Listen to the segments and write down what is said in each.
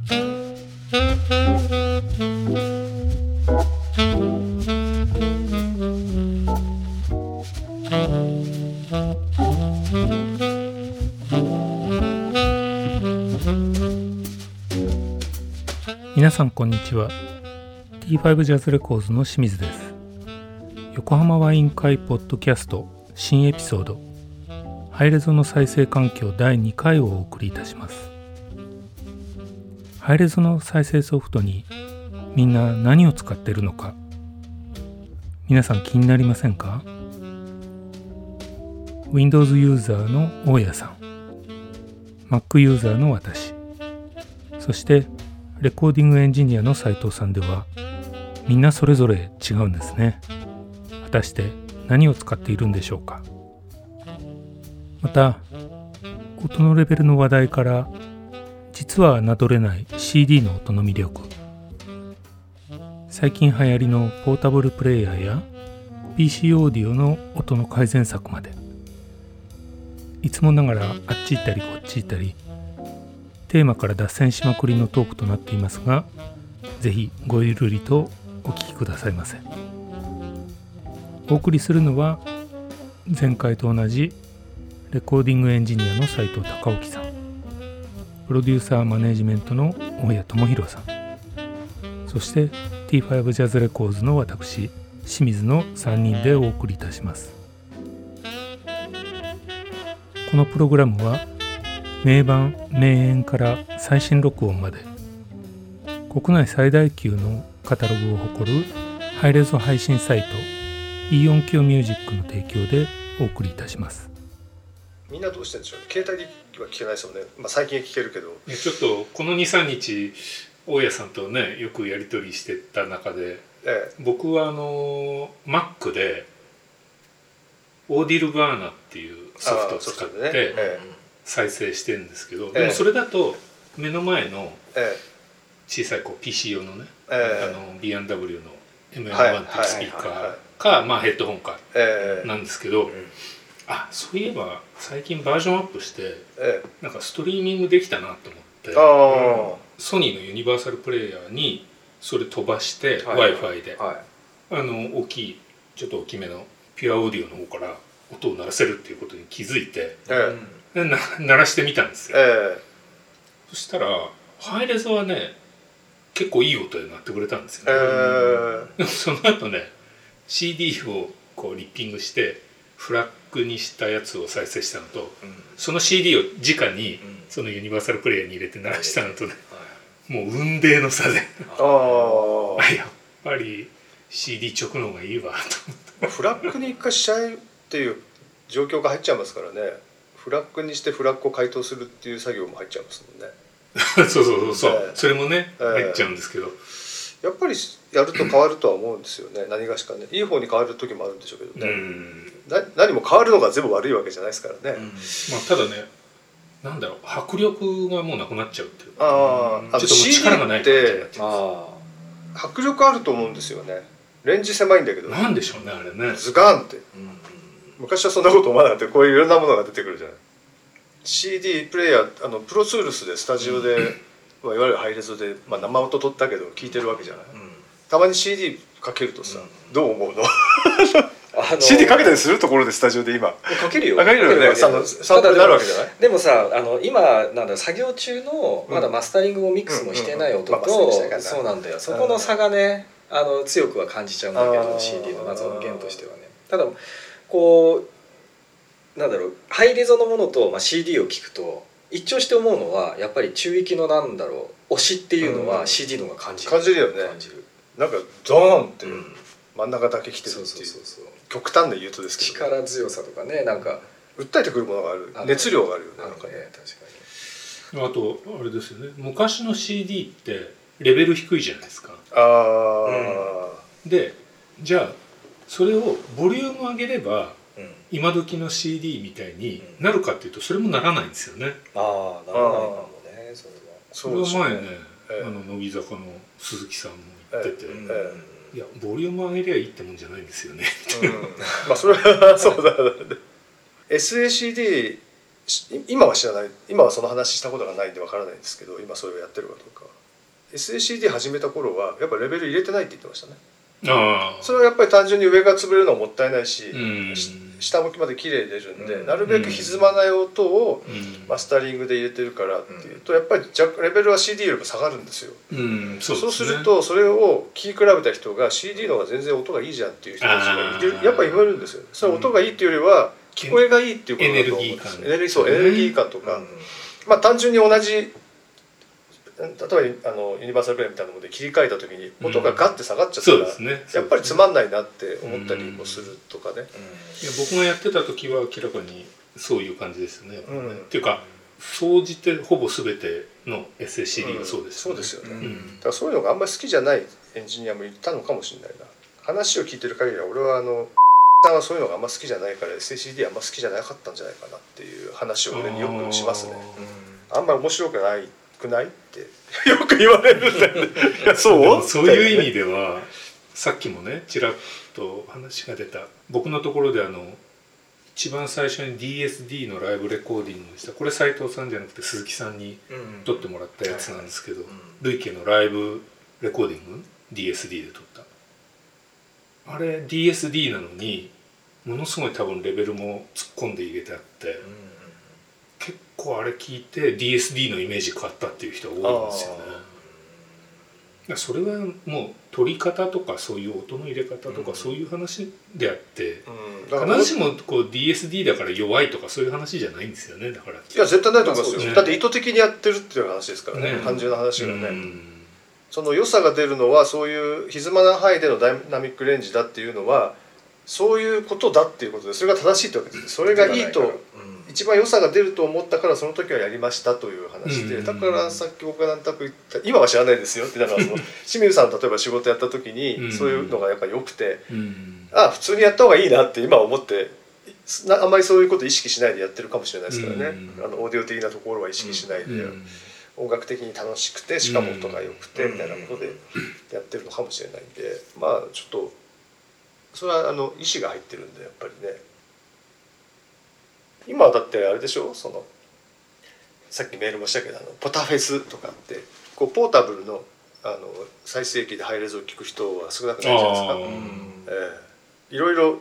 皆さんこんにちは。 T5 ジャズレコーズの清水です。横浜ワイン会ポッドキャスト新エピソードハイレゾの再生環境第2回をお送りいたします。ハイレゾの再生ソフトにみんな何を使っているのか皆さん気になりませんか？ Windows ユーザーの大家さん、 Mac ユーザーの私、そしてレコーディングエンジニアの斉藤さんではみんなそれぞれ違うんですね。果たして何を使っているんでしょうか。また音のレベルの話題から実は侮れない CD の音の魅力、最近流行りのポータブルプレイヤーや PC オーディオの音の改善策まで、いつもながらあっち行ったりこっち行ったりテーマから脱線しまくりのトークとなっていますが、ぜひごゆるりとお聞きくださいませ。お送りするのは前回と同じレコーディングエンジニアの斉藤孝興さん、プロデューサーマネジメントの大谷智弘さん、そして T5 ジャズレコーズの私清水の3人でお送りいたします。このプログラムは名盤名演から最新録音まで国内最大級のカタログを誇るハイレゾ配信サイトイオンキオミュージックの提供でお送りいたします。 みんなどうしてるんでしょうね。携帯では聞けないですよね。最近は聞けるけど、 ちょっとこの 2,3 日大家さんとねよくやり取りしてた中で、僕はMac でオーディルバーナっていうソフトを使って再生してるんですけど、でもそれだと目の前の小さいPC 用のね、B&W の M1 っていうスピーカーか、ヘッドホンかなんですけど、そういえば最近バージョンアップして、なんかストリーミングできたなと思って、ソニーのユニバーサルプレイヤーにそれ飛ばして、Wi-Fi で、大きいちょっと大きめのピュアオーディオの方から音を鳴らせるっていうことに気づいて、で鳴らしてみたんですよ。そしたらハイレゾはね結構いい音で鳴ってくれたんですよね。でもその後ね CD をこうリッピングしてフラッグにしたやつを再生したのと、その CD を直にそのユニバーサルプレイヤーに入れて鳴らしたのとね、もう雲泥の差でやっぱり CD 直の方がいいわと思ってフラッグに一回しちゃうっていう状況が入っちゃいますからね。フラッグにしてフラッグを解凍するっていう作業も入っちゃいますもんね。そう、それもね、入っちゃうんですけど、やっぱりやると変わるとは思うんですよね。何がしかね、いい方に変わる時もあるんでしょうけどね。何も変わるのが全部悪いわけじゃないですからね。ただね、なんだろう、迫力がもうなくなっちゃうっていうか、 ちょっと力がないって迫力あると思うんですよね。レンジ狭いんだけど、 なんでしょうねあれね、 ズガーンって、昔はそんなこと思わなかった。こういういろんなものが出てくるじゃない。CD プレイヤープロツールスでスタジオで、いわゆるハイレゾで、生音取ったけど聴いてるわけじゃない。たまに CD かけるとさ、どう思うの？CD かけたりするところでスタジオで今かけるよ。 かけるよね。サウンドになるわけじゃない。 でもさ今なんだ作業中のまだマスタリングもミックスもしてない音と、そうなんだよ。そこの差がね強くは感じちゃうんだけど CD の謎の弦としてはね。ただこうなんだろうハイレゾのものと、CD を聞くと一聴して思うのはやっぱり中域のなんだろう押しっていうのは CD の方が感じる。 感じるよね。なんかドーンって真ん中だけ来てるっていう。極端な言うとですけど、 力強さとかね、なんか訴えてくるものがある、熱量があるよね。なんかね、 確かに。あとあれですよね。昔の CD ってレベル低いじゃないですか。で、じゃあそれをボリューム上げれば、今時の CD みたいになるかっていうとそれもならないんですよね。 ならないかもね。 それは前ね、乃木坂の鈴木さんも言ってて、いやボリューム上げりゃいいってもんじゃないんですよね。 それはそうだね。SACD 今は知らない、今はその話したことがないんでわからないんですけど、今それをやってるかどうか。 SACD 始めた頃はやっぱレベル入れてないって言ってましたね。それはやっぱり単純に上が潰れるのはもったいないし、下向きまで綺麗に出るんで、なるべく歪まない音をマスタリングで入れてるからっていうと、やっぱりレベルは CD よりも下がるんですよ。そうするとそれを聴き比べた人が CD の方が全然音がいいじゃんっていう人たちがいる、やっぱり言われるんですよ。それは音がいいっていうよりは聞こえがいいっていうことだと思うんです。エネルギー感とか、まあ単純に同じ、例えばユニバーサルプレイみたいなので切り替えた時に音がガッて下がっちゃったら、やっぱりつまんないなって思ったりもするとかね。いや僕がやってた時は明らかにそういう感じですね。っていうか総じてほぼ全ての SACD がそうですよね。そうですよね。だからそういうのがあんまり好きじゃないエンジニアもいたのかもしれないな。話を聞いてる限りは俺はさんはそういうのがあんま好きじゃないから SACD あんま好きじゃなかったんじゃないかなっていう話を俺によくしますね。あんまり面白くないってよく言われるんだよね。 そういう意味ではさっきもねちらっと話が出た、僕のところで一番最初に DSD のライブレコーディングをした、これ斉藤さんじゃなくて鈴木さんに撮ってもらったやつなんですけど、累計のライブレコーディング DSD で撮った、あれ DSD なのにものすごい多分レベルも突っ込んで入れてあって、結構あれ聞いて DSD のイメージ変わったっていう人が多いんですよね。それはもう取り方とかそういう音の入れ方とかそういう話であって、必ずしもこう DSD だから弱いとかそういう話じゃないんですよね。だからいや絶対ないと思いますよ。だって意図的にやってるっていう話ですからね、単純な話がね。その良さが出るのはそういう歪まない範囲でのダイナミックレンジだっていうのはそういうことだっていうことで、それが正しいってわけです。それがいいと一番良さが出ると思ったからその時はやりましたという話で、だからさっき僕が何となく言った今は知らないですよって、だからその清水さん例えば仕事やった時にそういうのがやっぱり良くて、普通にやった方がいいなって今思ってあんまりそういうこと意識しないでやってるかもしれないですからね。オーディオ的なところは意識しないで、音楽的に楽しくてしかも音が良くてみたいなことでやってるのかもしれないんで、まあちょっとそれは意思が入ってるんでやっぱりね。今はだってあれでしょ、そのさっきメールもしたけどポタフェスとかってこうポータブルの再生機でハイレゾを聞く人は少なくないじゃないですか。いろいろ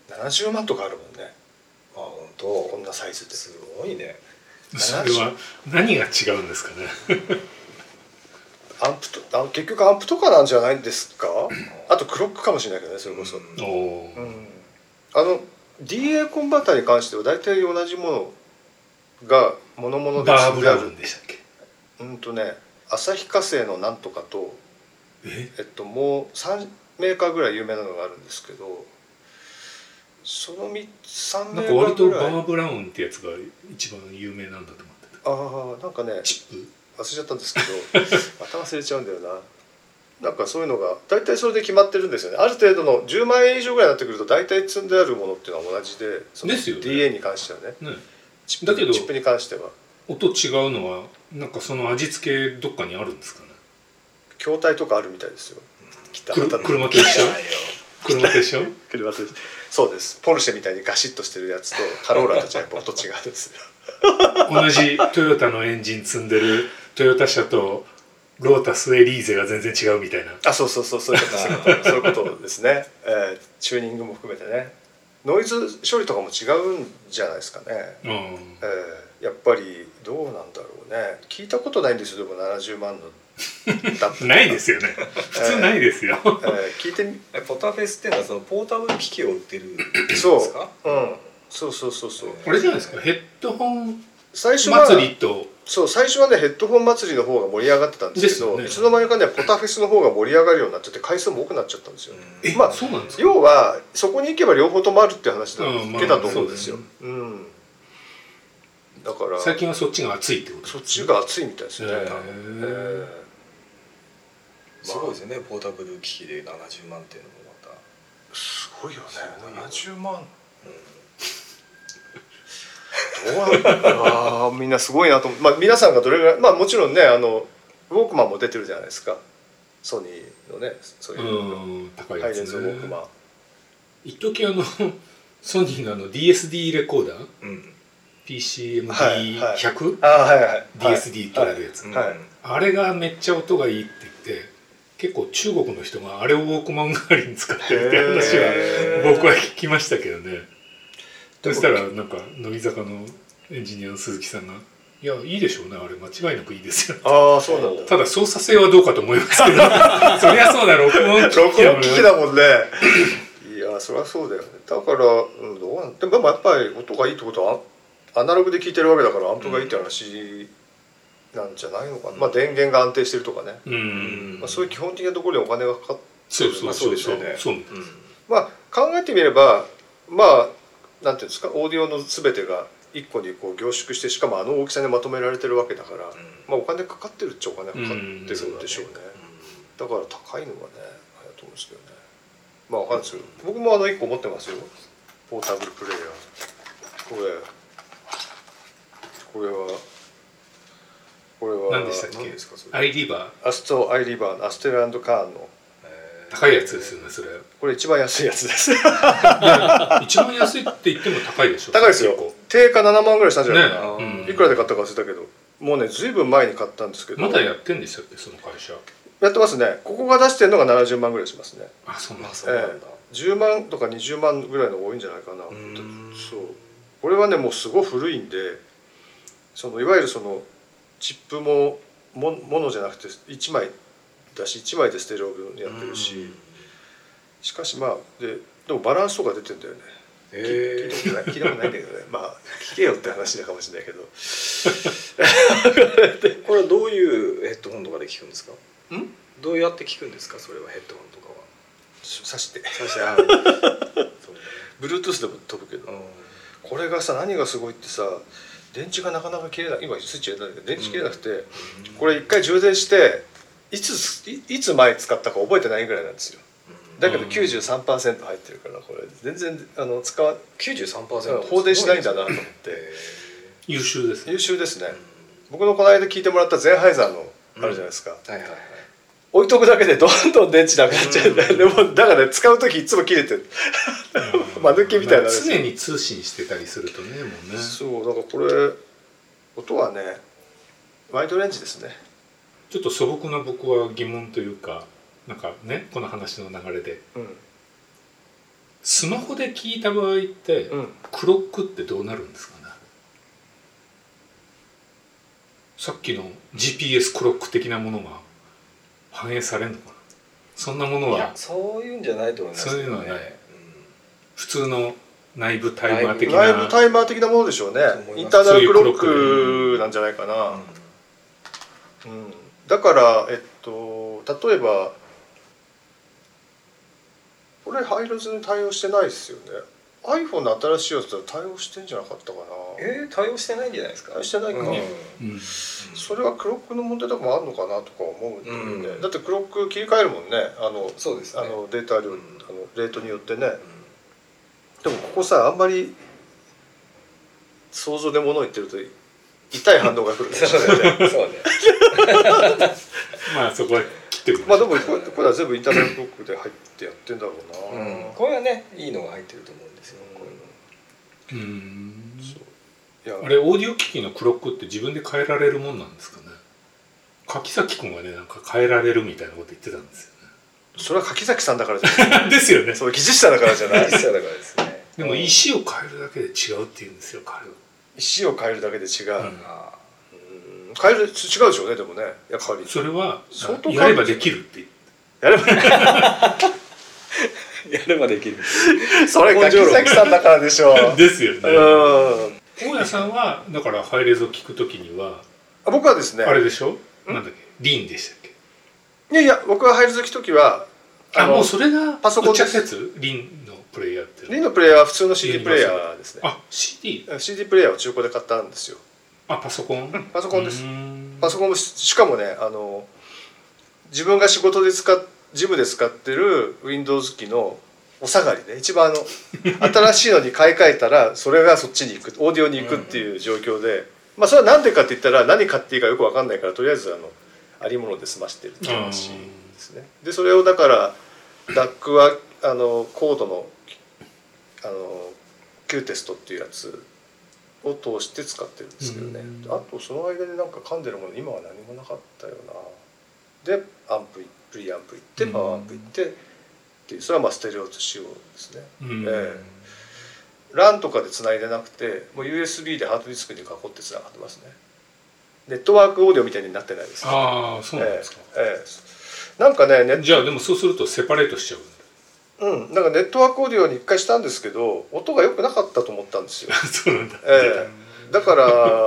70万とかあるもんね。 本当こんなサイズですごいね。 それは何が違うんですかね。 アンプと結局アンプとかなんじゃないんですか。あとクロックかもしれないけどね、それこそ。DA コンバーターに関しては大体同じものがモノでバーブラウンでしたっけ。 旭化成のなんとかともう3メーカーぐらい有名なのがあるんですけど、その3メーカーぐらい。 割とバーブラウンってやつが一番有名なんだと思ってた。 なんかねチップ忘れちゃったんですけどまた忘れちゃうんだよな。なんかそういうのが大体それで決まってるんですよね。ある程度の10万円以上ぐらいになってくると大体積んであるものっていうのは同じで、その DA に関してはね。 だけどチップに関しては音違うのはなんかその味付けどっかにあるんですかね。 筐体とかあるみたいですよ。 車と一緒。車と一緒。 そうです。ポルシェみたいにガシッとしてるやつとカローラとじゃやっぱ音違うんですよ。 同じトヨタのエンジン積んでるトヨタ車とロータスエリーゼが全然違うみたいな。 そういうことですね。チューニングも含めてね、ノイズ処理とかも違うんじゃないですかね。やっぱりどうなんだろうね。聞いたことないんですよ。でも70万のないですよね。普通ないですよ。 聞いてみ。 ポタフェスっていうのはそのポータブル機器を売ってるんですか。 そう。 これじゃないですか。ヘッドホン祭りと。 最初はねヘッドホン祭りの方が盛り上がってたんですけど、いつの間にかねポタフェスの方が盛り上がるようになっちゃって回数も多くなっちゃったんですよ。 そうなんですか。 要はそこに行けば両方ともあるっていう話だけだと思うんですよ。だから最近はそっちが熱いってこと。 そっちが熱いみたいですね。 すごいですよね。ポータブル機器で70万っていうのもまたすごいよね。70万。みんなすごいなと思う。皆さんがどれぐらい、もちろんねウォークマンも出てるじゃないですか。ソニーのねそういう高いハイレゾウォークマン。 一時ソニーのDSD レコーダー、 PCMD100、DSD とあるやつ、あれがめっちゃ音がいいって言って結構中国の人があれをウォークマン代わりに使ってるって話は僕は聞きましたけどね。そしたらなんか乃木坂のエンジニアの鈴木さんがいやいいでしょうね、あれ間違いなくいいですよ。 ああそうなんだ。 ただ操作性はどうかと思いますけどそりゃそうだ、録音機器だもんねいやそりゃそうだよね。だから、どうなんでもやっぱり音がいいってことはアナログで聞いてるわけだからアンプがいいって話なんじゃないのかな、電源が安定してるとかね、そういう基本的なところにお金がかかってる。 そうですよね。 考えてみればなんていうんですか、オーディオの全てが一個にこう凝縮してしかもあの大きさにまとめられてるわけだから、お金かかってるっちゃお金かかってるんでしょうね。だから高いのがねあれだと思うんですけどね。分かんないですよ。僕も1個持ってますよ、ポータブルプレイヤー。これは何でしたっけ？アイリバー。アイリバーのアステル&カーンの高いやつですよね。それこれ一番安いやつですいや一番安いって言っても高いでしょ。 高いですよ。定価7万ぐらいしたんじゃないかな、いくらで買ったか忘れたけど、もうねずいぶん前に買ったんですけど。 まだやってんでしたっけその会社？ やってますね。ここが出してるのが70万ぐらいしますね。 あ、そうなんだ。 10万とか20万ぐらいの多いんじゃないかな。そうこれはねもうすごい古いんで、いわゆるチップものじゃなくて1枚だし1枚でステレオにやってるし、しかしでもバランスとか出てんだよね。聞いたことないんだけどね聞けよって話だかもしれないけどこれはどういうヘッドホンとかで聞くんですか？どうやって聞くんですか？それはヘッドホンとかは挿して Bluetooth でも飛ぶけど、これがさ何がすごいってさ、電池がなかなか切れない。今スイッチ入れたんだけど電池切れなくて、これ一回充電していつ前使ったか覚えてないぐらいなんですよ。だけど 93% 入ってるから、これ全然 93% 放電しないんだなと思って優秀ですね。 優秀ですね。僕のこの間聞いてもらったゼンハイザーのあるじゃないですか、置いとくだけでどんどん電池なくなっちゃうんだよ。でもだから使う時いつも切れてる間抜けみたいな。 常に通信してたりするとね、もうね。 そうだからこれ音はねワイドレンジですね。 ちょっと素朴な僕は疑問というか、なんかねこの話の流れで、スマホで聞いた場合って、クロックってどうなるんですかね。さっきの GPS クロック的なものが反映されるのかな。そんなものは。いやそういうんじゃないと思います。 そういうのはない。普通の内部タイマー的なものでしょうね。インターナルクロックなんじゃないかな。だから例えばこれハイロズに対応してないですよね。 iPhone の新しいやつは対応してんじゃなかったかな。 対応してないんじゃないですか。 対応してないかな、それはクロックの問題とかもあるのかなとか思うんだよね、だってクロック切り替えるもんね。 そうですね、 データ量、レートによってね、でもここさあんまり想像で物を言ってると痛い反応が来るんですよね。 そうねそこは切ってくる。 でもこれは全部インターナルクロックで入ってやってんだろうな、 これはねいいのが入ってると思うんですよ、こういうの。あれオーディオ機器のクロックって自分で変えられるもんなんですかね。柿崎君がねなんか変えられるみたいなこと言ってたんですよね。 それは柿崎さんだからじゃないですよね。 その技術者だからじゃない。 技術者だからですね。 でも石を変えるだけで違うって言うんですよ、彼は。 石を変えるだけで違う、変える違うでしょうね。でもねやっぱりそれはやればできるってやればできるそれ柿崎さんだからでしょうですよね。大家さんはだからハイレゾ聞くときには僕はですねあれでしょ、なんだっけ、リンでしたっけ。いや僕はハイレゾ聞くときはもうそれがパソコンです。 やつリンのプレイヤーって。 リンのプレイヤーは普通の CD プレイヤーですね。 CD プレイヤーを中古で買ったんですよ。 パソコン？ パソコンです。パソコンもしかもね自分が仕事でジムで使ってる Windows 機のお下がりね、一番新しいのに買い替えたらそれがそっちに行く、オーディオに行くっていう状況で、それは何でかって言ったら何買っていいかよく分かんないからとりあえずありもので済ましてるっていう話ですね。でそれをだからDAC はコードのQテストっていうやつを通して使ってるんですけどね。あとその間でなんか噛んでるもの今は何もなかったよな。でアンププリアンプ行ってパワーアンプ行ってっていう、それはまあステレオ仕様ですね。LAN とかでつないでなくてもう USB でハードディスクに囲ってつながってますね。ネットワークオーディオみたいになってないですね。 ああ、そうなんですか。 なんかね、 じゃあでもそうするとセパレートしちゃう。 なんかネットワークオーディオに一回したんですけど音が良くなかったと思ったんですよ。 そうなんだ。 だから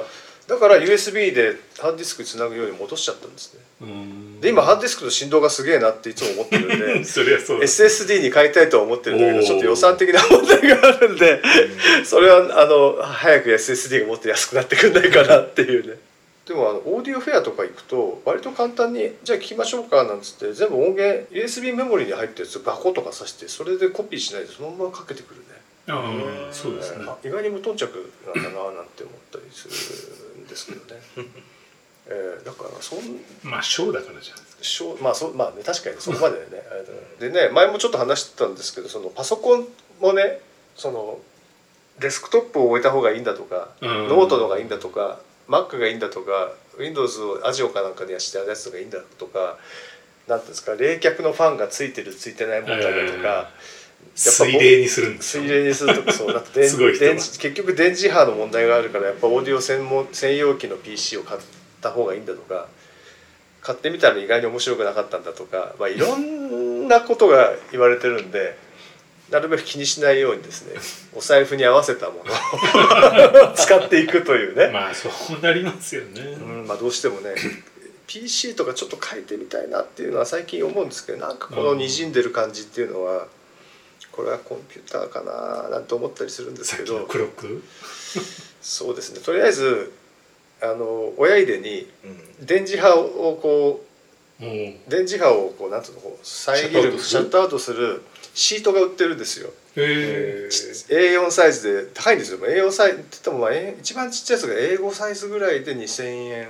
USB でハードディスクにつなぐように戻しちゃったんですね。で今ハードディスクの振動がすげえなっていつも思ってるんでそりゃそうだ。 SSD に変えたいとは思ってるんだけどちょっと予算的な問題があるんでそれは早く SSD がもっと安くなってくんないかなっていうね。でもオーディオフェアとか行くと割と簡単にじゃあ聞きましょうかなんつって全部音源 USB メモリに入ったやつバコとかさしてそれでコピーしないでそのままかけてくるね。 そうですね。 意外に無頓着なんだななんて思ったりするんですけどね。だからまあショーだからじゃないですか。 まあね確かにそこまでねでね前もちょっと話してたんですけどそのパソコンもねそのデスクトップを置いた方がいいんだとかノートの方がいいんだとかMac がいいんだとか Windows をアジオかなんかにしてあるやつがいいんだとかなんていうんですか冷却のファンがついてるついてない問題だとか水冷にするんですよ。 水冷にするとかそうだって結局電磁波の問題があるからやっぱオーディオ専用機の PC を買った方がいいんだとか買ってみたら意外に面白くなかったんだとか、いろんなことが言われてるんでなるべく気にしないようにですねお財布に合わせたものを使っていくというね。 まあそうなりますよね。 どうしてもね PC とかちょっと変えてみたいなっていうのは最近思うんですけどなんかこの滲んでる感じっていうのはこれはコンピューターかななんて思ったりするんですけど。 さっきのクロックそうですねとりあえず親入れに電磁波をこう電磁波をこうなんていうのこう遮るシャットアウトするシートが売ってるんですよ。A4 サイズで高いんですよ。A4 サイズって言っても一番ちっちゃいやつが A5 サイズぐらいで2000円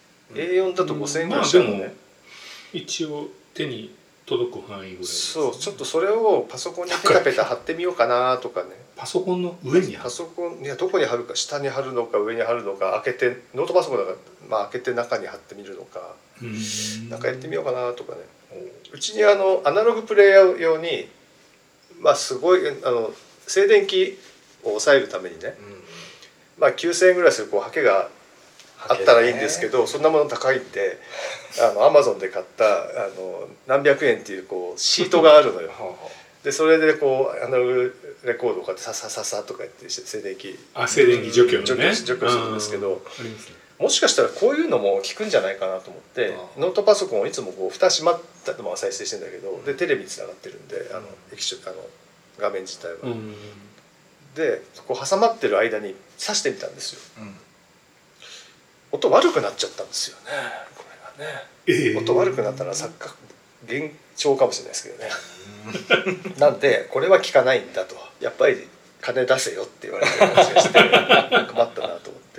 A4 だと5000円ぐらいしちゃうのね。 一応手に届く範囲ぐらい、ね、 そうちょっとそれをパソコンにペタペタ貼ってみようかなとかね。 パソコンの上にパソコンどこに貼るか下に貼るのか上に貼るのか開けてノートパソコンだから、開けて中に貼ってみるのかなんかやってみようかなとかね。うちにアナログプレイヤー用にすごい静電気を抑えるためにね、9000円ぐらいするハケがあったらいいんですけど、そんなもの高いんでAmazon で買った何百円っていうシートがあるのよ。でそれでアナログレコードをこうやってササササとかやって静電気除去のね除去するんですけど、もしかしたらこういうのも効くんじゃないかなと思ってノートパソコンをいつも蓋閉まったまま再生してるんだけどでテレビにつながってるんで画面自体は。で挟まってる間に挿してみたんですよ。音悪くなっちゃったんですよねこれがね。音悪くなったら幻聴かもしれないですけどね。なんでこれは効かないんだとやっぱり金出せよって言われてる感じがして困ったなと思って。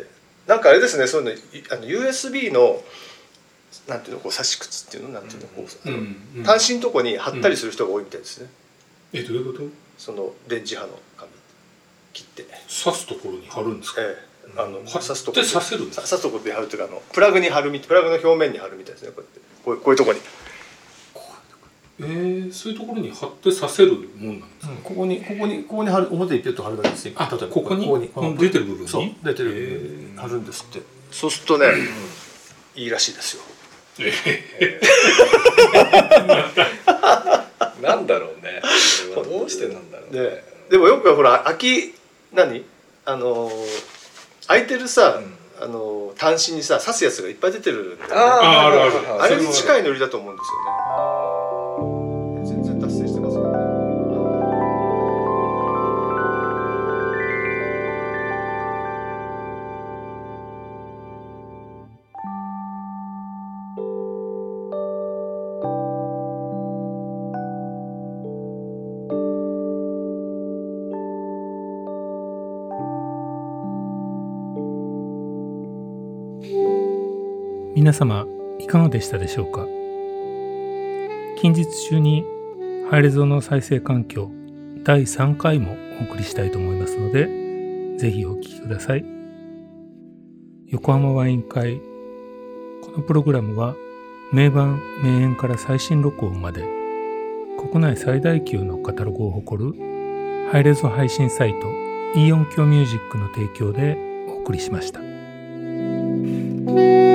なんかあれですねそういうのUSB のなんていうの差し口っていうのなんていうの端子のとこに貼ったりする人が多いみたいですね。 どういうこと？ その電磁波の紙切って刺すところに貼るんですか？ 刺すところで刺せるんですか？ 刺すところで貼るというかプラグに貼るプラグの表面に貼るみたいですね。こういうところに。 そういうところに貼って刺せるもんなんですか？ ここに貼る表にピュッと貼るだけですね。例えばここに出てる部分にそう出てる部分に貼るんですって。そうするとねいいらしいですよ。 なんだろうね。それはどうしてなんだろうね。 でもよくほら開いてるさ端子にさ刺すやつがいっぱい出てるんだよね。あれに近いノリだと思うんですよね。全然達成してますからね。 皆様いかがでしたでしょうか。近日中にハイレゾの再生環境第3回もお送りしたいと思いますので、ぜひお聞きください。 横浜ワイン会。このプログラムは名盤名演から最新録音まで国内最大級のカタログを誇るハイレゾ配信サイトイオンキョミュージックの提供でお送りしました。